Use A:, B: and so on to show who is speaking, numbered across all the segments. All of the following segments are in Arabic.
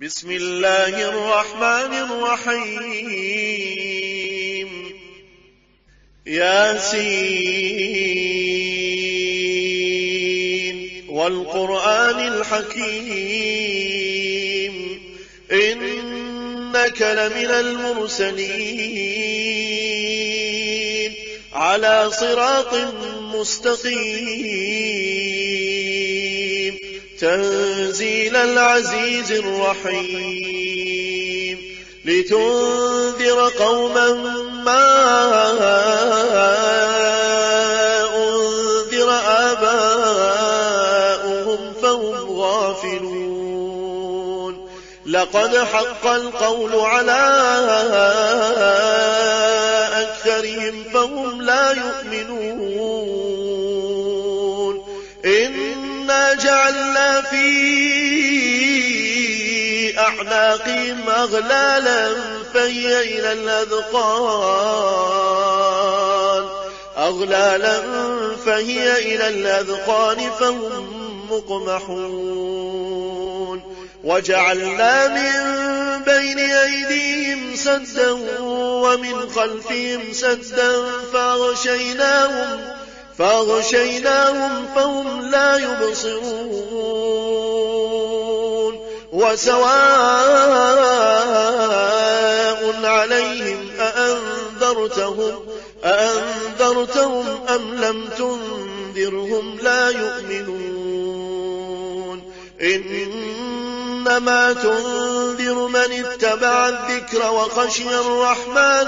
A: بسم الله الرحمن الرحيم ياسين والقرآن الحكيم إنك لمن المرسلين على صراط مستقيم تنزيل العزيز الرحيم لتنذر قوما ما أنذر آباؤهم فهم غافلون لقد حق القول على أكثرهم فهم لا يؤمنون إنا جعلنا في أعناقهم أغلالا فهي إلى الأذقان فهم مقمحون وجعلنا من بين أيديهم سدا ومن خلفهم سدا فأغشيناهم فهم لا يبصرون وسواء عليهم أأنذرتهم أم لم تنذرهم لا يؤمنون إنما تنذر من اتبع الذكر وخشي الرحمن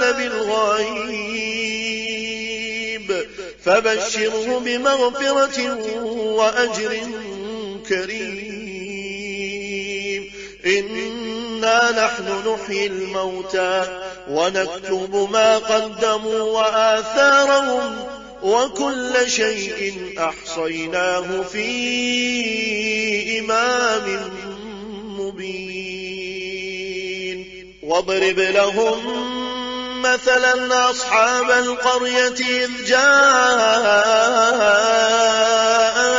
A: بالغيب فبشره بمغفرة وأجر كريم إنا نحن نحيي الموتى ونكتب ما قدموا وآثارهم وكل شيء أحصيناه في إمام مبين واضرب لهم مثلا أصحاب القرية إذ جاء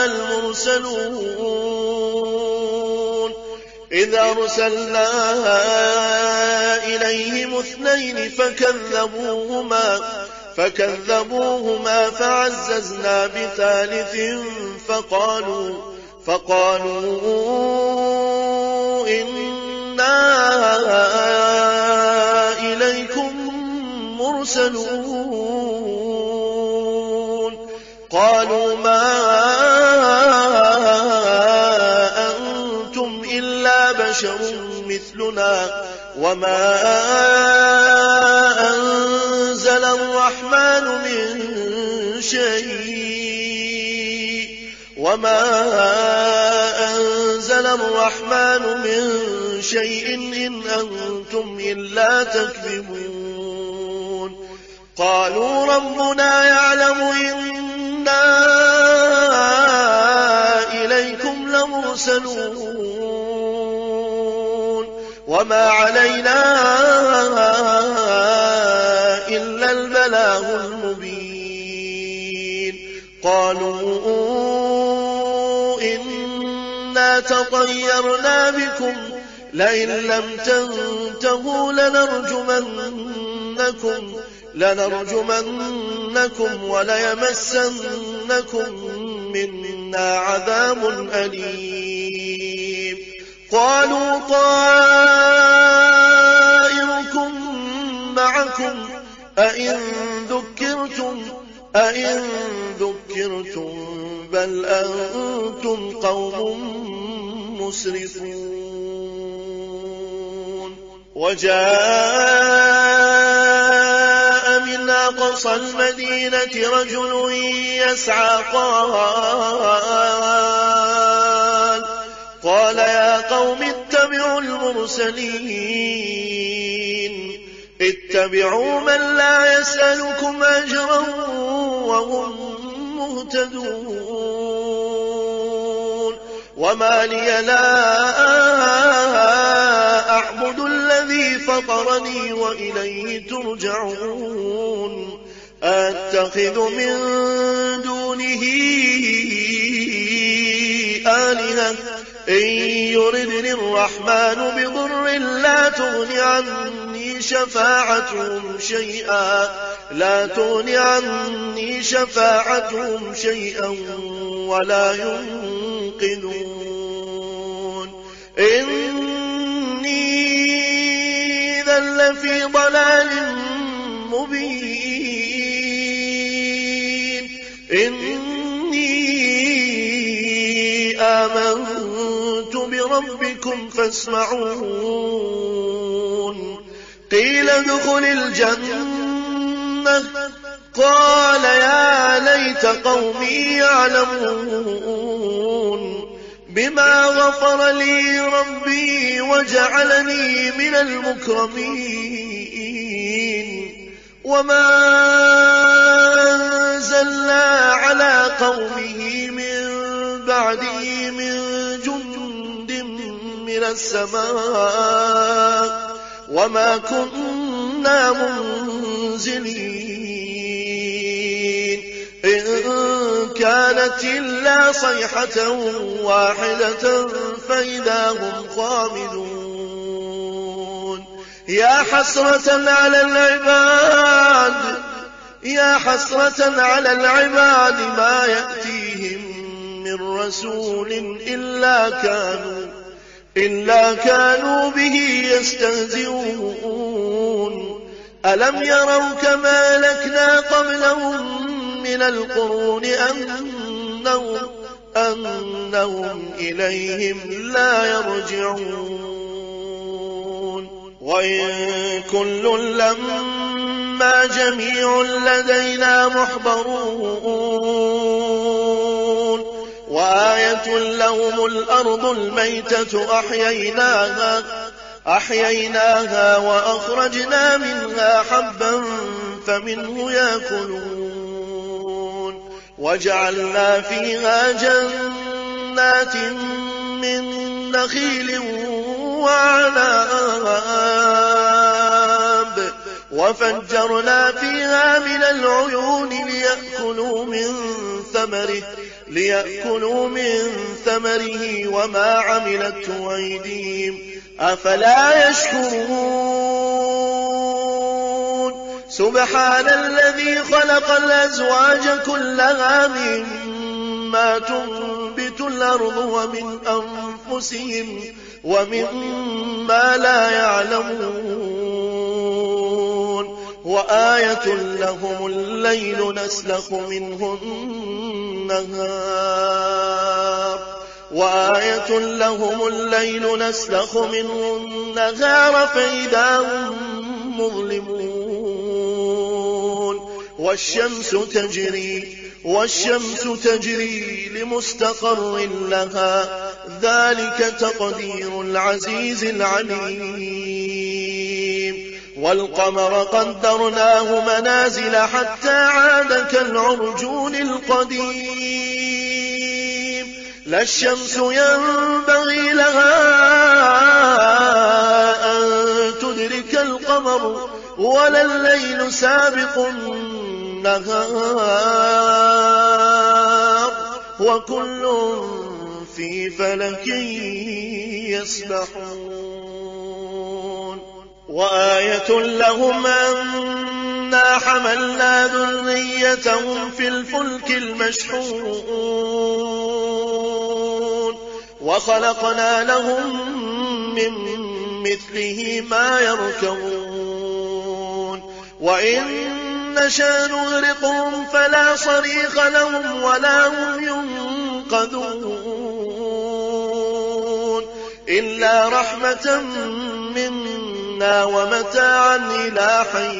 A: المرسلون إذ أرسلنا إليهم 2 فكذبوهما فعززنا ب3 فقالوا إنا إليكم مرسلون قالوا ما أنتم إلا بشر مثلنا وما أنزل الرحمن من شيء إن أنتم إلا تكذبون قالوا ربنا يعلم إنا إليكم لمرسلون وما علينا إلا البلاغ المبين قالوا إنا تطيرنا بكم لئن لم تنتهوا لنرجمنكم وليمسنكم منا عذاب أليم قالوا طائركم معكم أئن ذكرتم بل أنتم قوم مسرفون وجاء من أقصى المدينة رجل يسعى قال يا قوم اتبعوا المرسلين اتبعوا من لا يسألكم أجرا وهم مهتدون وما لي لا أعبد الذي فطرني وإليه ترجعون أتخذ من دونه آلهة إن يردني الرحمن بضر لا تغن عني شفاعتهم شيئا ولا ينقذون إني إذا لفي ضلال مبين إني آمنت بربكم فاسمعون قيل ادخل الجنة قال يا ليت قومي يعلمون بما غفر لي ربي وجعلني من المكرمين وما أنزلنا على قومه من بعده من جند من السماء وما كنا منزلين إن كانت إلا صيحة واحدة فإذا هم خامدون يا حسرة على العباد ما يأتيهم من رسول إلا كانوا به يستهزئون ألم يروا كما أهلكنا قبلهم من القرون أنهم إليهم لا يرجعون وإن كل لما جميع لدينا محضرون وآية لهم الأرض الميتة أحييناها وأخرجنا منها حبا فمنه يأكلون وجعلنا فيها جنات من نخيل وعناب وفجرنا فيها من العيون ليأكلوا من ثمره وما عملته أيديهم أفلا يشكرون سبحان الذي خلق الأزواج كلها مما تنبت الأرض ومن أنفسهم ومما لا يعلمون وآية لهم الليل نسلخ منه النهار فإذا هم مظلمون والشمس تجري لمستقر لها ذلك تقدير العزيز العليم والقمر قدرناه منازل حتى عاد كالعرجون القديم لا الشمس ينبغي لها أن تدرك القمر ولا الليل سابق النهار وكل في فلك يسبحون وآية لهم أنا حملنا ذريتهم في الفلك المشحون وخلقنا لهم من مثله ما يركبون وإن نشأ نغرقهم فلا صريخ لهم ولا هم ينقذون إلا رحمة منا ومتاعا إلى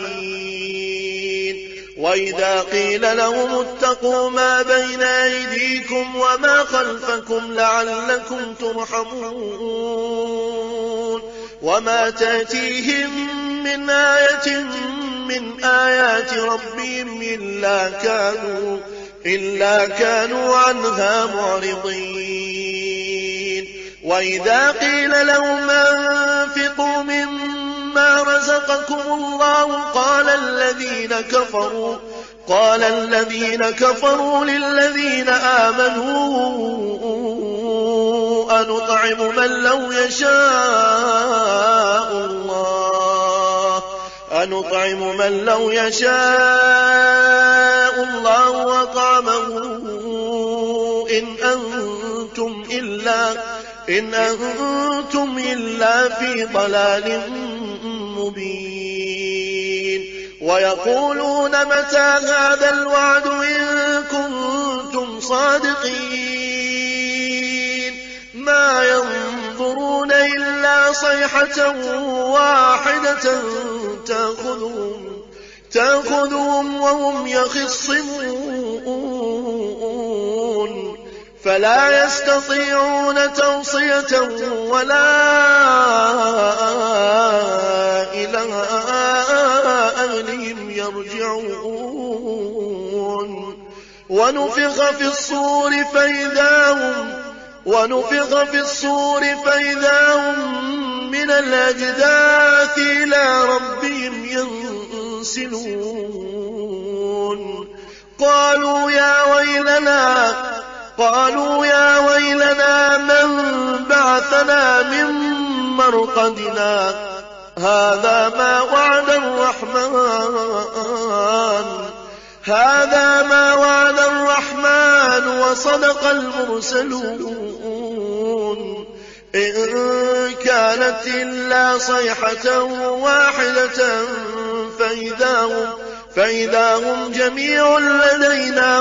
A: حين وإذا قيل لهم اتقوا ما بين أيديكم وما خلفكم لعلكم ترحمون وما تأتيهم من آية من آيات ربهم إلا كانوا عنها معرضين وإذا قيل لهم أنفقوا مما رزقكم الله قال الذين كفروا للذين آمنوا أنطعم من لو يشاء الله أطعمه إن أنتم إلا في ضلال مبين. ويقولون متى هذا الوعد إن كنتم صادقين ما ينظرون إلا صيحة واحدة تأخذهم وهم يخصمون فلا يستطيعون توصية ولا إلى أهلهم يرجعون. ونفخ في الصور فإذا هم من الأجداث إلى ربهم ينسلون. قالوا يا ويلنا من بعثنا من مرقدنا هذا ما وعد الرحمن وصدق المرسلون. إن كانت إلا صيحة واحدة فإذا هم جميع لدينا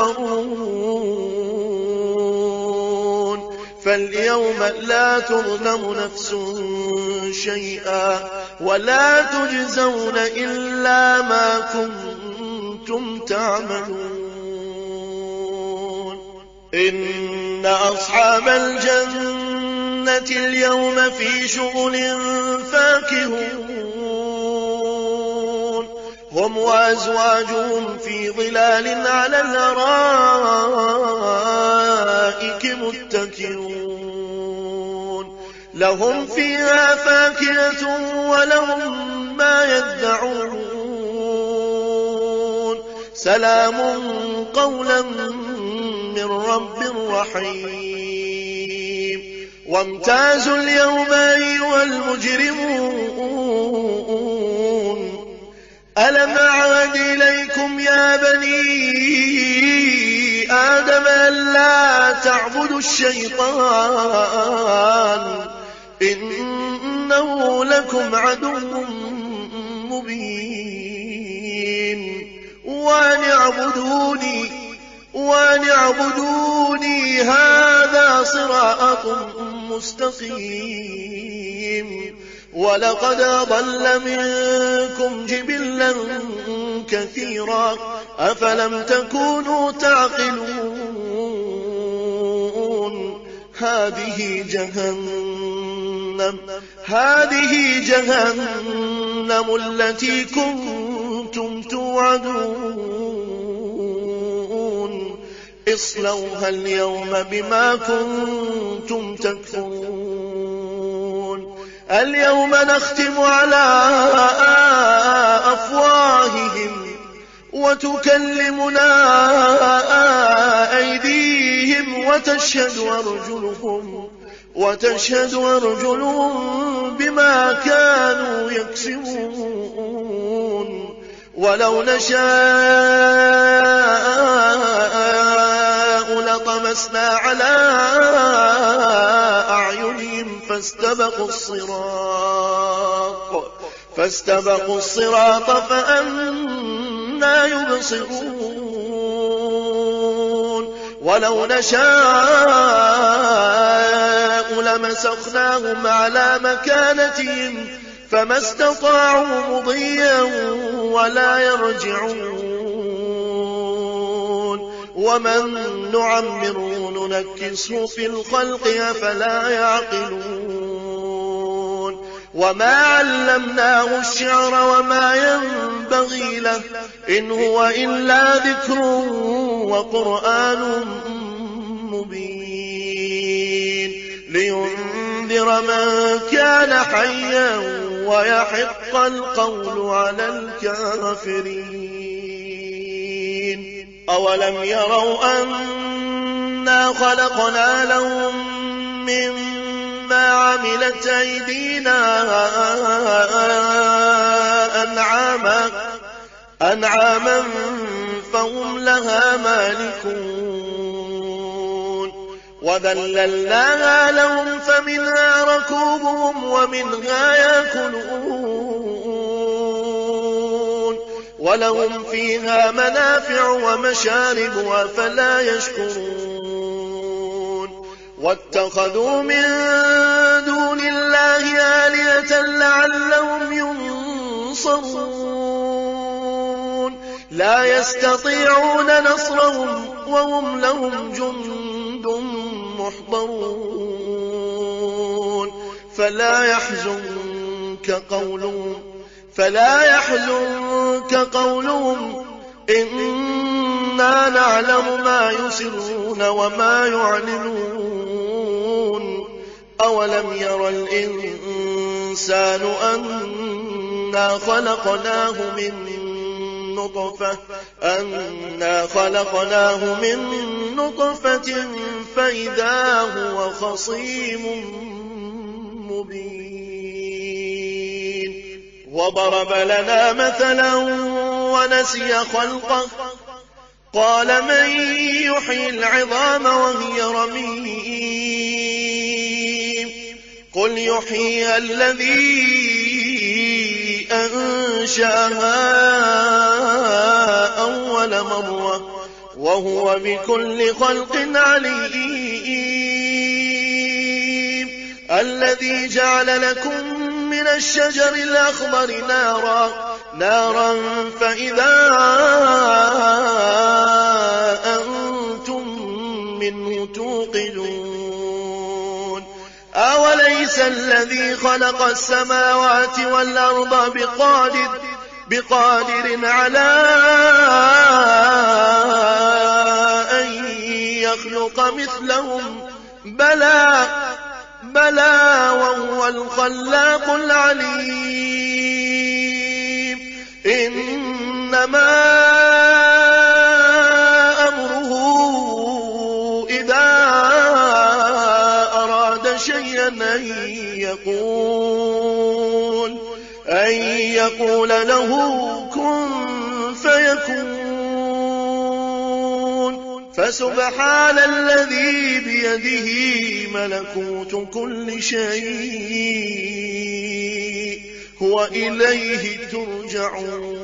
A: محضرون. فاليوم لا تظلم نفس شيئا ولا تجزون إلا ما كنتم تعملون. إن أصحاب الجنة اليوم في شغل فاكهون هم وأزواجهم في ظلال على الأرائك متكئون لهم فيها فاكهة ولهم ما يدعون سلام قولا من رب رحيم. وامتازوا اليوم أيها المجرمون ألم أعهد إليكم يا بني آدم ألا تعبدوا الشيطان إنه لكم عدو مبين وأن اعبدوني هذا صراط مستقيم. ولقد أضل منكم جبلا كثيرا أفلم تكونوا تعقلون. هذه جهنم التي كنتم توعدون اصلوها اليوم بما كنتم تكفرون. اليوم نختم على أفواههم وتكلمنا أيديهم وتشهد أرجلهم بما كانوا يكسبون. ولو نشاء لطمسنا على أعينهم فاستبقوا الصراط فأنى يبصرون. ولو نشاء لمسخناهم على مكانتهم فما استطاعوا مضيا ولا يرجعون. ومن نعمره ننكسه في الخلق أفلا يعقلون. وما علمناه الشعر وما ينبغي له إن هو إلا ذكر وقرآن مبين لينذر من كان حيا ويحق القول على الكافرين. أولم يروا أنا خلقنا لهم مما عملت أيدينا أنعاما فهم لها مالكون وذللناها لهم فمنها ركوبهم ومنها يأكلون ولهم فيها منافع ومشارب أفلا يشكرون واتخذوا من دون الله آلهة لعلهم ينصرون لا يستطيعون نصرهم وهم لهم جند محضرون فلا يحزنك قولهم إنا نعلم ما يسرون وما يعلنون أولم ير الإنسان أنا خلقناه من نطفة فإذا هو خصيم مبين وضرب لنا مثلا ونسي خلقه قال من يحيي العظام وهي رميم قل يحييها الذي أنشأها أول مرة وهو بكل خلق عليم الذي جعل لكم من الشجر الأخضر نارا فإذا أنتم منه توقدون أوليس الذي خلق السماوات والأرض بقادر على أن يخلق مثلهم بلى وهو الخلاق العليم إنما أمره إذا أراد شيئا أن يقول له كن فيكون فسبحان الذي بيده ملكوت كل شيء وإليه ترجعون